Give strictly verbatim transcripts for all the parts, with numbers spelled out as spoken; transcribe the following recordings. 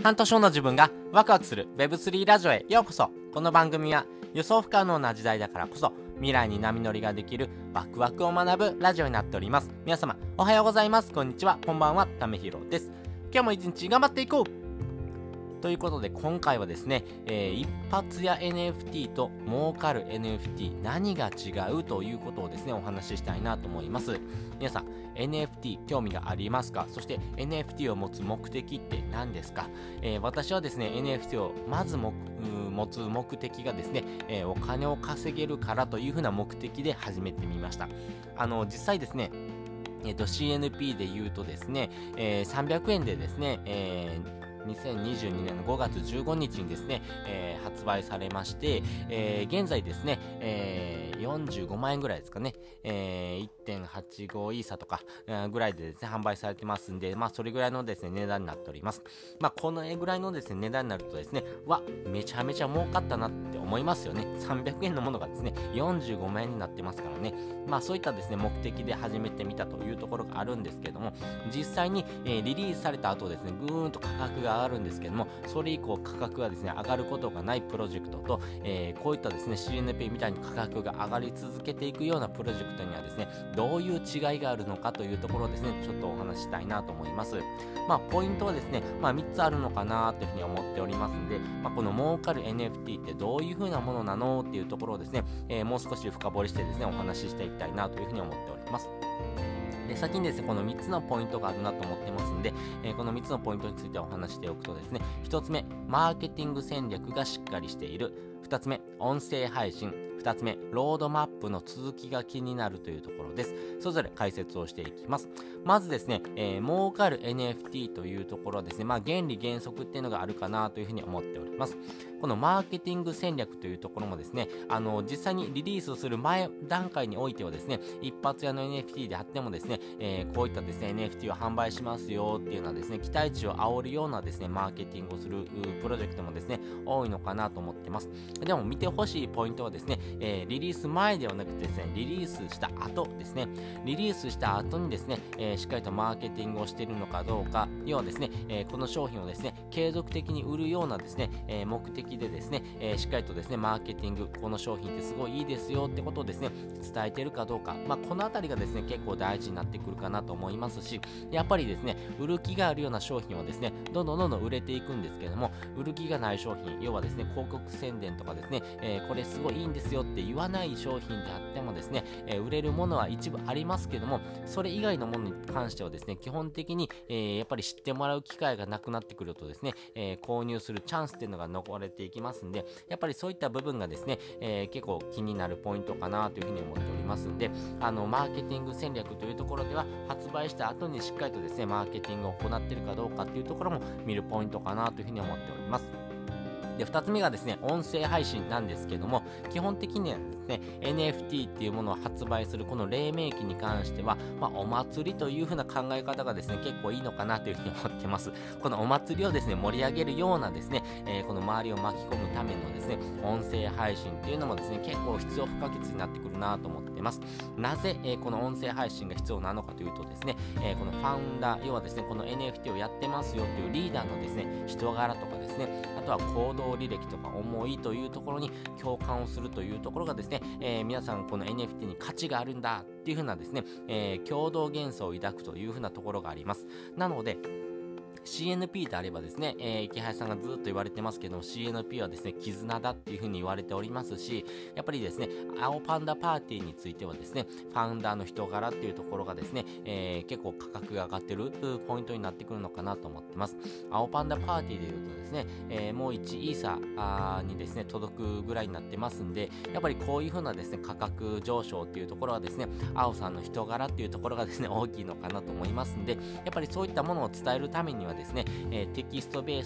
半年後の自分がワクワクする ウェブスリー ラジオへようこそ。この番組は予想不可能な時代だからこそ未来に波乗りができるワクワクを学ぶラジオになっております。皆様おはようございます、こんにちは、こんばんは、ためひろです。今日も一日頑張っていこうということで、今回はですね、えー、一発屋 エヌエフティー と儲かる エヌエフティー 何が違うということをですねお話ししたいなと思います。皆さん エヌエフティー 興味がありますか？そして エヌエフティー を持つ目的って何ですか？えー、私はですね エヌエフティー をまずも持つ目的がですね、えー、お金を稼げるからというふうな目的で始めてみました。あの実際ですねえー、と シーエヌピー で言うとですね、えー、さんびゃくえんでですね、えーにせんにじゅうにねんのごがつじゅうごにちにですね、えー、発売されまして、えー、現在ですね、えー、よんじゅうごまんえんぐらいですかね、えー、いってんはちご イーサとか、えー、ぐらいでですね販売されてますんで、まあそれぐらいのですね値段になっております。まあこのぐらいのですね値段になるとですね、わめちゃめちゃ儲かったなって思いますよね。さんびゃくえんのものがですねよんじゅうごまんえんになってますからね。まあそういったですね目的で始めてみたというところがあるんですけども、実際に、えー、リリースされた後ですねぐーんと価格が上がるんですけども、それ以降価格がですね上がることがないプロジェクトと、えー、こういったですね シーエヌピー みたいに価格が上がり続けていくようなプロジェクトにはですねどういう違いがあるのかというところをですねちょっとお話ししたいなと思います。まあポイントはですね、まあ、みっつあるのかなというふうに思っておりますんで、まあ、この儲かる エヌエフティー ってどういうふうなものなのっていうところをですね、えー、もう少し深掘りしてですねお話ししていきたいなというふうに思っております。で先にですねこのみっつのポイントがあるなと思ってますんで、えー、このみっつのポイントについてお話しておくとですね、ひとつめマーケティング戦略がしっかりしている、ふたつめ音声配信、ふたつめロードマップの続きが気になるというところです。それぞれ解説をしていきます。まずですね、えー、儲かる エヌエフティー というところはですね、まあ原理原則っていうのがあるかなというふうに思っております。このマーケティング戦略というところもですね、あの実際にリリースする前段階においてはですね、一発屋の エヌエフティー であってもですね、えー、こういったですね エヌエフティー を販売しますよっていうのはですね、期待値を煽るようなですねマーケティングをするプロジェクトもですね多いのかなと思ってます。でも見てほしいポイントはですね、えー、リリース前ではなくてですね、リリースした後ですね、リリースした後にですね、えー、しっかりとマーケティングをしているのかどうか、要はですね、えー、この商品をですね継続的に売るようなですね、えー、目的でですね、えー、しっかりとですねマーケティング、この商品ってすごいいいですよってことをですね伝えているかどうか、まあこのあたりがですね結構大事になってくるかなと思いますし、やっぱりですね売る気があるような商品はですねどんどんどんどん売れていくんですけども、売る気がない商品、要はですね広告宣伝とかですね、えー、これすごいいいんですよって言わない商品であってもですね、えー、売れるものは一部ありますけども、それ以外のものに関してはですね基本的に、えー、やっぱり知ってもらう機会がなくなってくるとですね、えー、購入するチャンスっていうのが残れていきますんで、やっぱりそういった部分がですね、えー、結構気になるポイントかなというふうに思っておりますんで、あのマーケティング戦略というところでは発売した後にしっかりとですねマーケティングを行っているかどうかっていうところも見るポイントかなというふうに思っております。でふたつめがですね音声配信なんですけども、基本的にはですね エヌエフティー っていうものを発売するこの黎明期に関しては、まあ、お祭りという風な考え方がですね結構いいのかなというふうに思ってます。このお祭りをですね盛り上げるようなですね、えー、この周りを巻き込むためのですね音声配信っていうのもですね結構必要不可欠になってくるなと思ってます。なぜ、えー、この音声配信が必要なのかというとですね、えー、このファウンダー、要はですねこの エヌエフティー をやってますよというリーダーのですね人柄とかですね、あとは行動履歴とか思いというところに共感をするというところがですね、えー、皆さんこの エヌエフティー に価値があるんだっていう風なですね、えー、共同幻想を抱くという風なところがあります。なのでシーエヌピー であればですね、えー、池原さんがずっと言われてますけども シーエヌピー はですね絆だっていう風に言われておりますし、やっぱりですね青パンダパーティーについてはですねファウンダーの人柄っていうところがですね、えー、結構価格が上がってるポイントになってくるのかなと思ってます。青パンダパーティーでいうとですね、えー、もういちイーサにですね届くぐらいになってますんで、やっぱりこういう風なですね価格上昇っていうところはですね青さんの人柄っていうところがですね大きいのかなと思いますんで、やっぱりそういったものを伝えるためにはですね、えー、テキストベース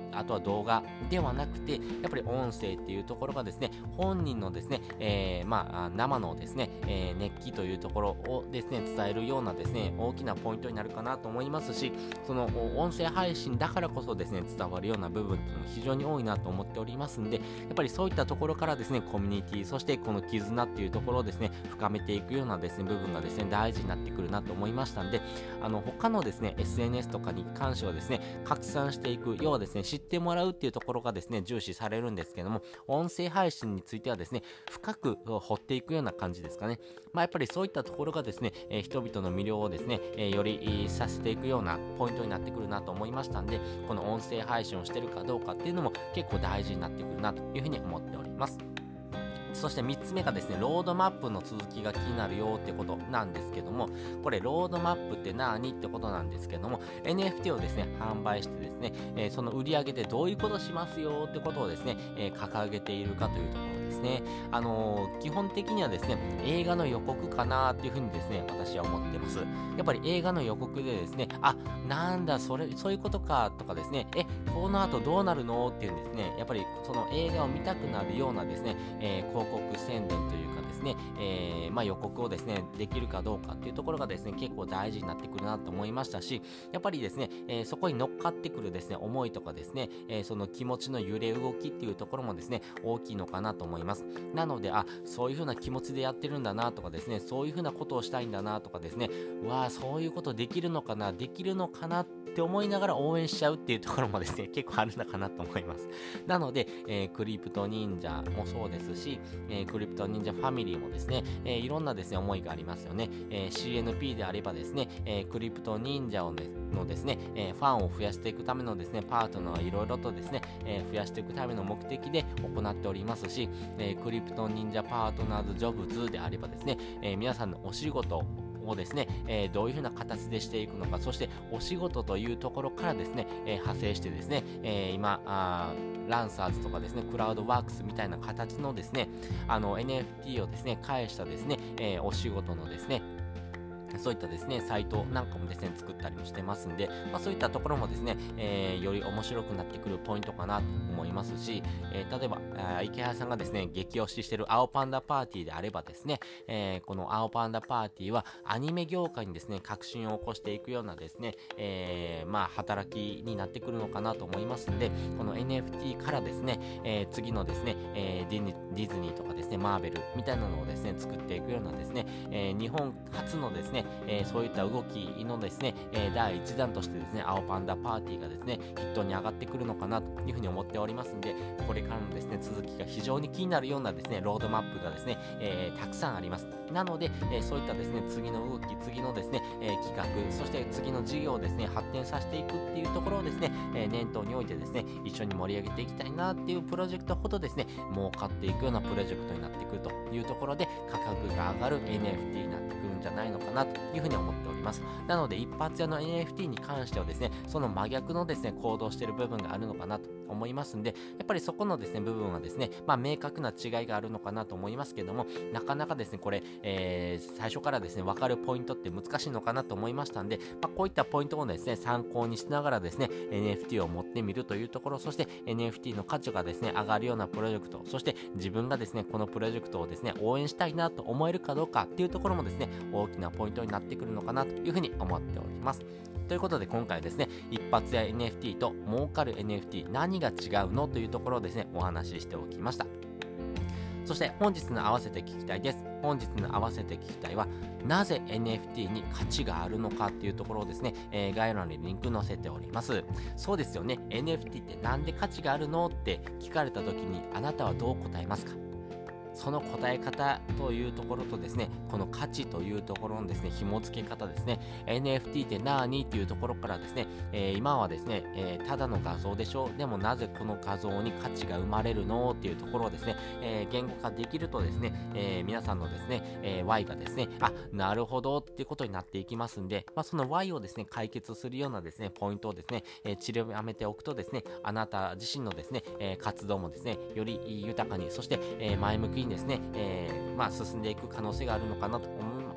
あとは動画ではなくて、やっぱり音声っていうところがですね、本人のですね、えー、まあ、生のですね、えー、熱気というところをですね、伝えるようなですね、大きなポイントになるかなと思いますし、その音声配信だからこそですね、伝わるような部分っていうのも非常に多いなと思っておりますんで、やっぱりそういったところからですね、コミュニティ、そしてこの絆っていうところをですね、深めていくようなですね、部分がですね、大事になってくるなと思いましたんで、あの、他のですね、エスエヌエス とかに関してはですね、拡散していく、要はですね、知ってもらうっていうところがですね、重視されるんですけども、音声配信についてはですね、深く掘っていくような感じですかね。まあ、やっぱりそういったところがですね、えー、人々の魅了をですね、えー、より、えー、させていくようなポイントになってくるなと思いましたんで、この音声配信をしてるかどうかっていうのも結構大事になってくるなというふうに思っております。そしてみっつめがですね、ロードマップの続きが気になるよってことなんですけども、これロードマップって何ってことなんですけども、エヌエフティー をですね、販売してですね、えー、その売り上げでどういうことしますよってことをですね、えー、掲げているかというところですね。あのー、基本的にはですね、映画の予告かなっていうふうにですね、私は思ってます。やっぱり映画の予告でですね、あ、なんだ、それ、そういうことかとかですね、え、この後どうなるのっていうんですね、やっぱりその映画を見たくなるようなですね、えー、広告宣伝というかですね、えー、まあ予告をですね、できるかどうかっていうところがですね、結構大事になってくるなと思いましたし、やっぱりですね、えー、そこに乗っかってくるですね、思いとかですね、えー、その気持ちの揺れ動きっていうところもですね、大きいのかなと思います。なので、あ、そういう風な気持ちでやってるんだなとかですね、そういう風なことをしたいんだなとかですね、うわー、そういうことできるのかな、できるのかなって思いながら応援しちゃうっていうところもですね、結構あるのかなと思います。なので、えー、クリプト忍者もそうですし、えー、クリプト忍者ファミリーもですね、えー、いろんなですね、思いがありますよね。えー、シーエヌピー であればですね、えー、クリプト忍者をね、のですね、えー、ファンを増やしていくためのですね、パートナーをいろいろとですね、えー、増やしていくための目的で行っておりますし、えー、クリプト忍者パートナーズジョブズであればですね、えー、皆さんのお仕事をですね、えー、どういう風な形でしていくのか、そしてお仕事というところからですね、えー、派生してですね、えー、今あーランサーズとかですね、クラウドワークスみたいな形のですね、あの エヌエフティー をですね、返したですね、えー、お仕事のですね、そういったですね、サイトなんかもですね、作ったりもしてますんで、まあ、そういったところもですね、えー、より面白くなってくるポイントかなと思いますし、えー、例えば、池原さんがですね、激推ししてる青パンダパーティーであればですね、えー、この青パンダパーティーはアニメ業界にですね、革新を起こしていくようなですね、えー、まあ、働きになってくるのかなと思いますんで、この エヌエフティー からですね、えー、次のですね、えー、ディディズニーとかですね、マーベルみたいなのをですね、作っていくようなですね、えー、日本初のですね、えー、そういった動きのですね、えー、第一弾としてですね、青パンダパーティーがですね、筆頭に上がってくるのかなというふうに思っておりますんで、これからのですね、続きが非常に気になるようなですね、ロードマップがですね、えー、たくさんあります。なので、えー、そういったですね、次の動き、次のですね、えー、企画、そして次の事業をですね、発展させていくっていうところをですね、えー、念頭においてですね、一緒に盛り上げていきたいなっていうプロジェクトほどですね、儲かっていくようなプロジェクトになってくるというところで、価格が上がる エヌエフティー になってくるんじゃないのかなというふうに思っております。なので一発屋の エヌエフティー に関してはですね、その真逆のですね、行動している部分があるのかなと思いますんで、やっぱりそこのですね、部分はですね、まあ明確な違いがあるのかなと思いますけども、なかなかですね、これ、えー、最初からですね、分かるポイントって難しいのかなと思いましたんで、まあこういったポイントをですね、参考にしながらですね、エヌエフティー を持ってみるというところ、そして エヌエフティー の価値がですね、上がるようなプロジェクト、そして自分がですね、このプロジェクトをですね、応援したいなと思えるかどうかっていうところもですね、大きなポイントになってくるのかなというふうに思っております。ということで今回ですね、一発屋 エヌエフティー と儲かる エヌエフティー 何が違うのというところをですね、お話ししておきました。そして本日の合わせて聞きたいです。本日の合わせて聞きたいは、なぜ エヌエフティー に価値があるのかっていうところをですね、えー、概要欄にリンク載せております。そうですよね、エヌエフティー ってなんで価値があるのって聞かれた時にあなたはどう答えますか？その答え方というところとですね、この価値というところのですね、紐付け方ですね、エヌエフティー って何っていうところからですね、えー、今はですね、えー、ただの画像でしょ、でもなぜこの画像に価値が生まれるのっていうところをですね、えー、言語化できるとですね、えー、皆さんのですね、えー、Y がですね、あ、なるほどっていうことになっていきますんで、まあ、その Y をですね、解決するようなですね、ポイントをですね、えー、散りばめておくとですね、あなた自身のですね、えー、活動もですね、より豊かに、そして、えー、前向きにですね、えー、まあ進んでいく可能性があるのかなと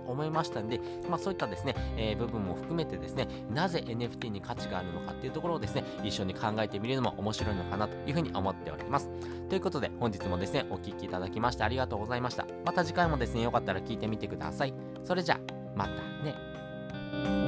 思いましたんで、まあそういったですね、えー、部分も含めてですね、なぜ エヌエフティー に価値があるのかっていうところをですね、一緒に考えてみるのも面白いのかなというふうに思っております。ということで、本日もですね、お聞きいただきましてありがとうございました。また次回もですね、よかったら聞いてみてください。それじゃあ、またね。